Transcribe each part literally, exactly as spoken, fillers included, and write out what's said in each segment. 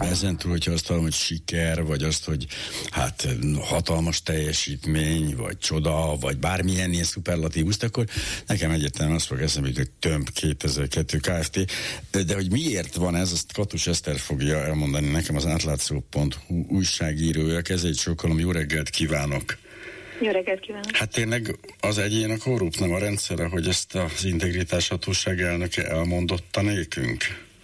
ezen túl, hogyha azt hallom, hogy siker, vagy azt, hogy hát hatalmas teljesítmény, vagy csoda, vagy bármilyen ilyen szuperlatívuszt, akkor nekem egyértelműen azt fog eszembe jutni, hogy Tömb kétezer-kettő Kft. De hogy miért van ez, azt Katus Eszter fogja elmondani nekem, az átlátszó pont hu újságírója. Kezét sokolom, jó reggelt kívánok! Jó reggelt kívánok! Hát tényleg az egyén a korrupt, nem a rendszere, hogy ezt az Integritás Hatóság elnöke elmondotta nékünk?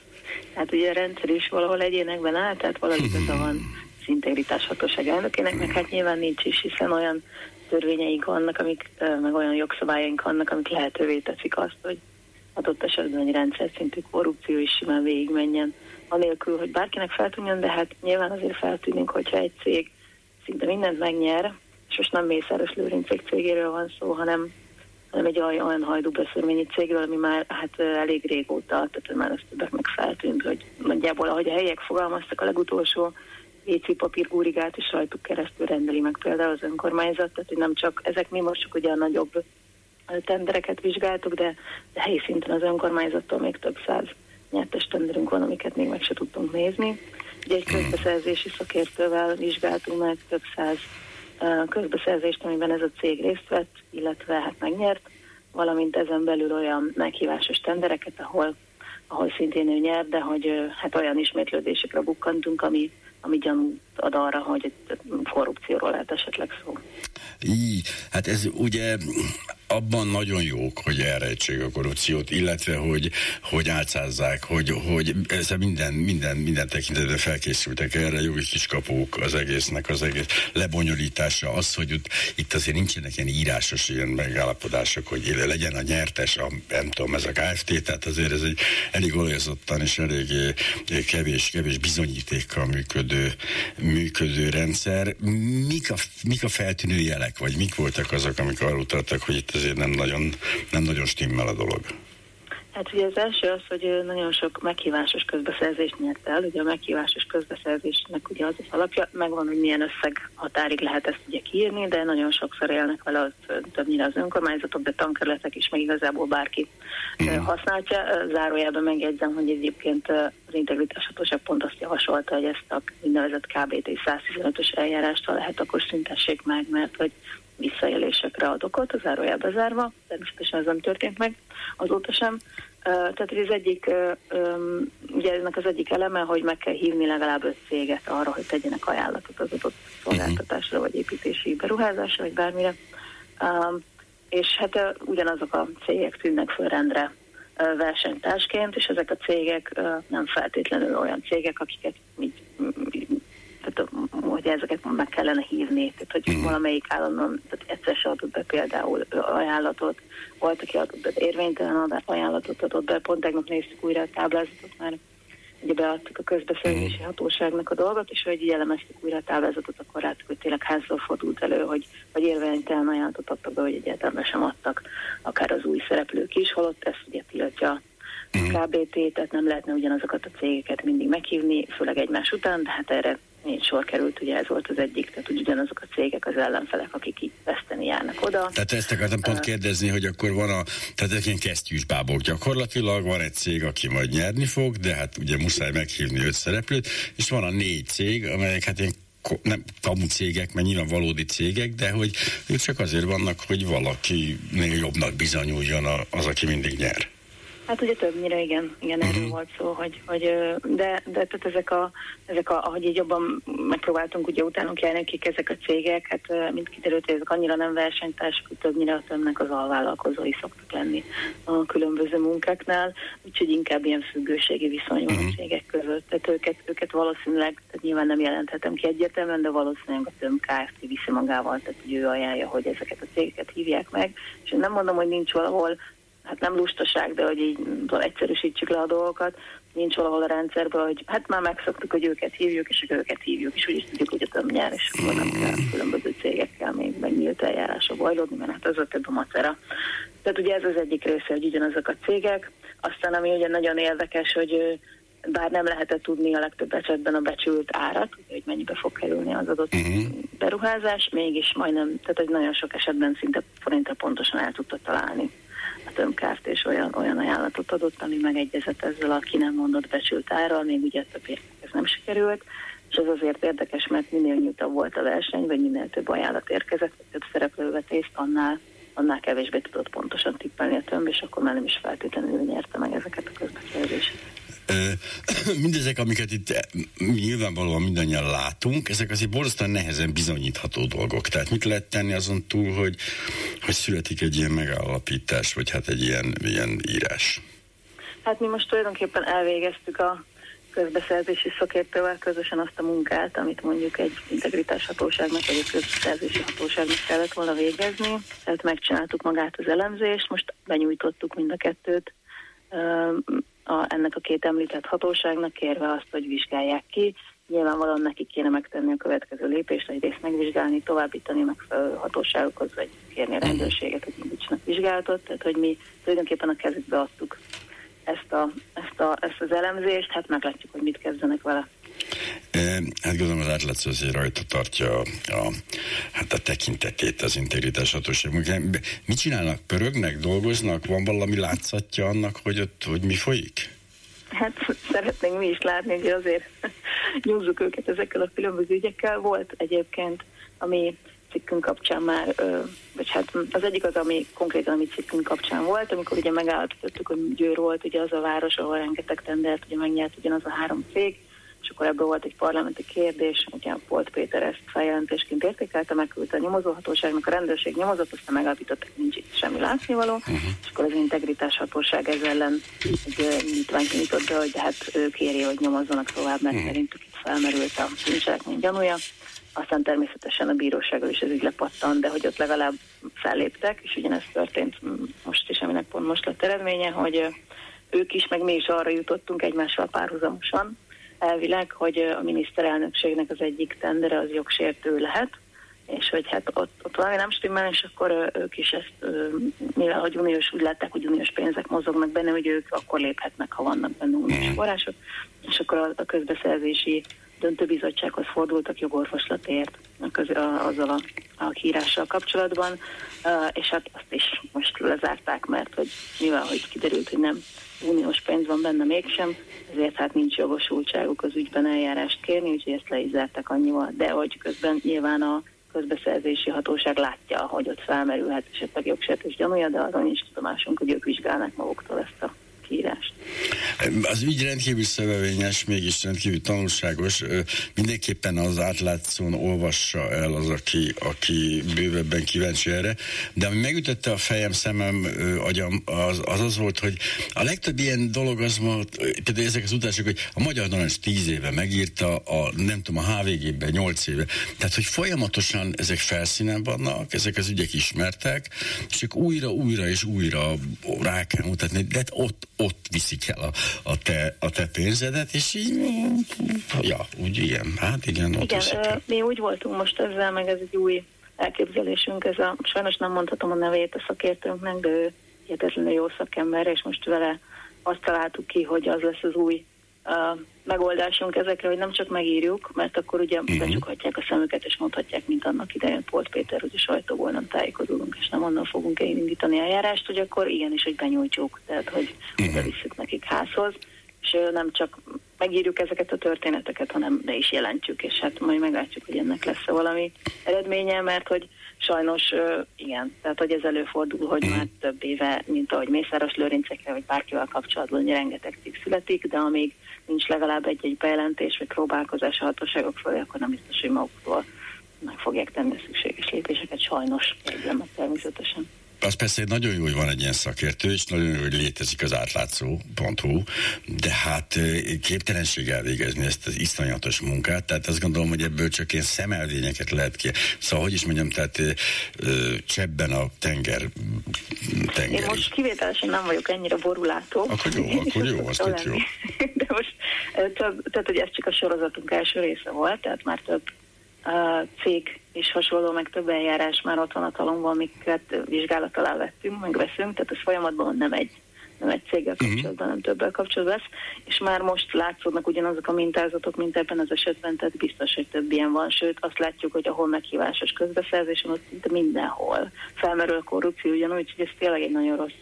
Hát ugye a rendszer is valahol egyénekben áll, tehát valahol igaza van az Integritás Hatóság elnökének, meg hát nyilván nincs is, hiszen olyan törvényeink vannak, amik, meg olyan jogszabályaink vannak, amik lehetővé teszik azt, hogy adott esetben egy rendszer szintű korrupció is simán végigmenjen, anélkül, hogy bárkinek feltűnjön, de hát nyilván azért feltűnik, hogyha egy cég szinte mindent megnyer, és most nem Mészáros Lőrincék cégéről van szó, hanem, hanem egy olyan hajdúbeszörményi cégről, ami már hát elég régóta, tehát már azt többeknek feltűnt, hogy nagyjából, ahogy a helyiek fogalmaztak, a legutolsó vé cé papír gúrigát is rajtuk keresztül rendeli meg például az önkormányzat, tehát hogy nem csak, ezek mi most csak ugye a nagyobb tendereket vizsgáltuk, de, de helyi szinten az önkormányzattól még több száz nyertes tenderünk van, amiket még meg se tudtunk nézni. Ugye egy közbeszerzési szakértővel vizsgáltunk meg több száz közbeszerzést, amiben ez a cég részt vett, illetve hát megnyert, valamint ezen belül olyan meghívásos tendereket, ahol, ahol szintén ő nyert, de hogy hát olyan ismétlődésekre bukkantunk, ami, ami gyanút ad arra, hogy korrupcióról lehet esetleg szó. Így, hát ez ugye abban nagyon jók, hogy elrejtsék a korrupciót, illetve hogy, hogy álcázzák, hogy, hogy ez minden, minden, minden tekintetben felkészültek erre, jogi kiskapuk az egésznek, az egész lebonyolítása, az, hogy itt, itt azért nincsenek ilyen írásos ilyen megállapodások, hogy legyen a nyertes, a, nem tudom, ez a Kft., tehát azért ez egy elég olajozottan és elég kevés, kevés bizonyítékkal működő, működő rendszer. Mik a, mik a feltűnő jelek, vagy mik voltak azok, amik arra utaltak, hogy itt azért nem nagyon, nem nagyon stimmel a dolog? Hát ugye az első az, hogy nagyon sok meghívásos közbeszerzést nyert el. Ugye a meghívásos közbeszerzésnek ugye az az alapja, megvan, hogy milyen összeg határig lehet ezt ugye kiírni, de nagyon sokszor élnek vele az, többnyire az önkormányzatok, de tankerületek is, meg igazából bárki mm. használja. Zárójában megjegyzem, hogy egyébként az Integritás Hatóság pont azt javasolta, hogy ezt a úgynevezett ká bé té száztizenötös eljárást, ha lehet, akkor szüntessék meg, mert hogy visszaélésekre ad okot, az zárójelbe zárva, természetesen ez nem történt meg, azóta sem. Uh, tehát ez egyik, uh, um, ugye ennek az egyik eleme, hogy meg kell hívni legalább öt céget arra, hogy tegyenek ajánlatot az adott szolgáltatásra, vagy építési beruházásra, vagy bármire. Um, és hát uh, ugyanazok a cégek tűnnek föl rendre uh, versenytársként, és ezek a cégek uh, nem feltétlenül olyan cégek, akiket így, tehát, hogy ezeket meg kellene hívni, tehát hogy mm. valamelyik állandóan, tehát egyszer se adott be például ajánlatot, volt, aki adott be érvénytelen ajánlatot adott be, pont tegnap néztük újra a táblázatot, már ugye beadtuk a közbeszerzési mm. hatóságnak a dolgot, és hogy így elemeztük újra a táblázatot, akkor láttuk, hogy tényleg hányszor fordult elő, hogy vagy érvénytelen ajánlatot adtak be, hogy egyáltalán sem adtak, akár az új szereplők is, holott ezt ugye tiltja a ká bé té, tehát nem lehetne ugyanazokat a cégeket mindig meghívni, főleg egymás után, de hát erre négy sor került, ugye ez volt az egyik, tehát úgy ugyanazok a cégek, az ellenfelek, akik így veszteni járnak oda. Tehát ezt akartam pont uh, kérdezni, hogy akkor van a, tehát ezek ilyen kesztyűs bábok gyakorlatilag, van egy cég, aki majd nyerni fog, de hát ugye muszáj meghívni öt szereplőt, és van a négy cég, amelyek hát ilyen nem kamu cégek, mert nyilván valódi cégek, de hogy ők csak azért vannak, hogy valakinél jobbnak bizonyuljon az, aki mindig nyer. Hát ugye többnyire igen, igen uh-huh. erről volt szó, hogy, hogy de, de tehát ezek a, ezek a, ahogy így jobban megpróbáltunk ugye utánunk járni, akik ezek a cégek, hát mint kiderült, hogy ezek annyira nem versenytársak, hogy többnyire a többnek az alvállalkozói szoktak lenni a különböző munkáknál, úgyhogy inkább ilyen függőségi viszony van uh-huh. a cégek között. Tehát őket, őket valószínűleg, tehát nyilván nem jelenthetem ki egyértelműen, de valószínűleg a Tömb Kft. Viszi magával, tehát hogy ő ajánlja, hogy ezeket a cégeket hívják meg, és én nem mondom, hogy nincs valahol, hát nem lustaság, de hogy így egyszerűsítsük le a dolgokat, nincs valahol a rendszerben, hogy hát már megszoktuk, hogy őket hívjuk, és őket hívjuk, és úgyis tudjuk, hogy a Tömb nyer, és akkor nem kell különböző cégekkel még megnyílt eljárásra bajlódni, mert hát az a több a macera. Tehát ugye ez az egyik része, hogy ugyanazok a cégek, aztán ami ugye nagyon érdekes, hogy bár nem lehetett tudni a legtöbb esetben a becsült árat, hogy mennyibe fog kerülni az adott uh-huh. beruházás, mégis majdnem, tehát hogy nagyon sok esetben szinte forinttal pontosan el tudta találni a Tömb Kft. És olyan, olyan ajánlatot adott, ami megegyezett ezzel a ki nem mondott becsült árral, még ugye több nem sikerült, és ez azért érdekes, mert minél nyújtabb volt a verseny, vagy minél több ajánlat érkezett, vagy több szereplő vett részt, annál, annál kevésbé tudott pontosan tippelni a tömb, és akkor már nem is feltétlenül nyerte meg ezeket a közbeszerzéseket. Mindezek, amiket itt nyilvánvalóan mindannyian látunk, ezek azért borzasztóan nehezen bizonyítható dolgok. Tehát mit lehet tenni azon túl, hogy, hogy születik egy ilyen megállapítás, vagy hát egy ilyen, ilyen írás? Hát mi most tulajdonképpen elvégeztük a közbeszerzési szakértővel közösen azt a munkát, amit mondjuk egy integritáshatóságnak vagy egy közbeszerzési hatóságnak kellett volna végezni. Tehát megcsináltuk magát az elemzést, most benyújtottuk mind a kettőt a, ennek a két említett hatóságnak, kérve azt, hogy vizsgálják ki. Nyilvánvalóan nekik kéne megtenni a következő lépést, egyrészt megvizsgálni, továbbítani megfelelő hatóságokhoz, vagy kérni a rendőrséget, hogy indítsanak vizsgálatot. Tehát, hogy mi tulajdonképpen a kezükbe adtuk ezt, a, ezt, a, ezt az elemzést, hát meglátjuk, hogy mit kezdenek vele. E, hát gondolom az átlátszó azért rajta tartja a, a, hát a tekintetét az integritás hatóság. Mit csinálnak? Pörögnek? Dolgoznak? Van valami látszatja annak, hogy ott hogy mi folyik? Hát szeretnénk mi is látni, hogy azért nyúzzuk őket ezekkel a különböző ügyekkel. Volt egyébként, ami cikkünk kapcsán már, vagy hát az egyik az, ami konkrétan a mi cikkünk kapcsán volt, amikor ugye megállapítottuk, hogy Győr volt ugye az a város, ahol rengeteg tendert ugye megnyert ugyanaz a három cég, és akkor ebből volt egy parlamenti kérdés, ugye Polt Péter ezt feljelentésként értékelte, megküldte a nyomozóhatóságnak, a rendőrség nyomozott, aztán megállapítottak, hogy nincs itt semmi látnivaló, uh-huh. és akkor az integritás hatóság ezzel ellen egy nyitványt nyitott be, hogy de hát ő kéri, hogy nyomozzanak tovább, mert uh-huh. szerintük itt felmerült a bűncselekmény gyanúja. Aztán természetesen a bírósággal is ez így lepattant, de hogy ott legalább felléptek, és ugyanezt történt most is, aminek pont most lett eredménye, hogy ők is, meg mi is arra jutottunk egymással párhuzamosan, elvileg, hogy a miniszterelnökségnek az egyik tendere az jogsértő lehet, és hogy hát ott, ott valami nem stimmel, és akkor ők is ezt, mivel hogy uniós, úgy látták, hogy uniós pénzek mozognak benne, hogy ők akkor léphetnek, ha vannak benne uniós források, és akkor a, a közbeszerzési döntőbizottsághoz fordultak jogorvoslatért azzal a, a hírással kapcsolatban, és hát azt is most lezárták, mert hogy mivel hogy kiderült, hogy nem uniós pénz van benne mégsem, ezért hát nincs jogosultságuk az ügyben eljárást kérni, úgyhogy ezt le is zárták annyival, de hogy közben nyilván a közbeszerzési hatóság látja, hogy ott felmerülhet esetleg jogsértés gyanúja, de arról nincs tudomásunk, hogy ők vizsgálnak maguktól ezt a kiírást. Az ügy rendkívül szövevényes, mégis rendkívül tanulságos. Mindenképpen az átlátszón olvassa el az, aki, aki bővebben kíváncsi erre. De ami megütötte a fejem, szemem, agyam, az, az az volt, hogy a legtöbb ilyen dolog az volt, például ezek az utások, hogy a Magyar Narancs tíz éve megírta, a, nem tudom, a há vé gé-ben nyolc éve. Tehát, hogy folyamatosan ezek felszínen vannak, ezek az ügyek ismertek, és csak újra, újra és újra rá kell mutatni, de ott ott viszik el a, a, te, a te pénzedet, és így, ja, úgy ilyen, hát igen, ott igen, mi úgy voltunk most ezzel, meg ez egy új elképzelésünk, ez a, sajnos nem mondhatom a nevét a szakértőnknek, de ő hihetetlenül jó szakember, és most vele azt találtuk ki, hogy az lesz az új uh, megoldásunk ezekre, hogy nem csak megírjuk, mert akkor ugye uh-huh. becsukhatják a szemüket, és mondhatják, mint annak idején Polt Péter, hogy a sajtóból nem tájékozódunk, és nem onnan fogunk elindítani eljárást, hogy akkor igenis, hogy benyújtjuk, tehát hogy uh-huh. oda visszük nekik házhoz, és nem csak megírjuk ezeket a történeteket, hanem be is jelentjük, és hát majd meglátjuk, hogy ennek lesz valami eredménye, mert hogy sajnos igen, tehát hogy ez előfordul, hogy már több éve, mint ahogy Mészáros Lőrincekre, vagy bárkivel kapcsolatban rengeteg cikk születik, de amíg nincs legalább egy-egy bejelentés, vagy próbálkozás a hatóságok felé, akkor nem biztos, hogy maguktól meg fogják tenni a szükséges lépéseket, sajnos, egyébként természetesen. Az persze nagyon jó, hogy van egy ilyen szakértő, és nagyon jó, hogy létezik az átlátszó pont hu, de hát képtelenség elvégezni ezt az iszonyatos munkát, tehát azt gondolom, hogy ebből csak ilyen szemelvényeket lehet ki. Szóval, hogy is mondjam, tehát csebben a tenger tengeri. Én most kivételesen nem vagyok ennyire borulátó. Akkor jó, akkor jó, az tök jó. De most több, tehát, hogy ez csak a sorozatunk első része volt, tehát már több uh, cég és hasonló, meg több eljárás már ott van a talomban, amiket vizsgálat alá vettünk, meg veszünk, tehát ez folyamatban nem egy, nem egy céggel kapcsolatban, uh-huh. nem többel kapcsolatban lesz, és már most látszódnak ugyanazok a mintázatok, mint ebben az esetben, tehát biztos, hogy több ilyen van, sőt azt látjuk, hogy ahol meghívásos közbeszerzésen, ott szinte mindenhol felmerül a korrupció, ugyanúgy, hogy ez tényleg egy nagyon rossz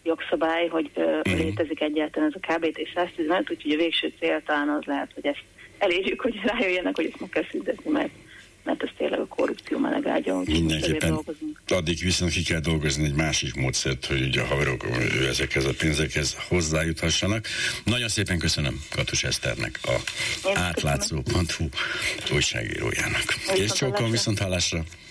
jogszabály, hogy uh, uh-huh. létezik egyáltalán ez a ká bé té száz tizenöt, úgyhogy a végső cél talán az lehet, hogy ezt elérjük, hogy rájöjjenek, hogy ezt meg kell szüntetni, mert, mert ez tényleg a korrupció melegágya. Mindenképpen. Addig viszont ki kell dolgozni egy másik módszert, hogy ugye a haverok ezekhez a pénzekhez hozzájuthassanak. Nagyon szépen köszönöm Katus Eszternek, a átlátszó pont hu újságírójának. És csókolom, viszont hallásra.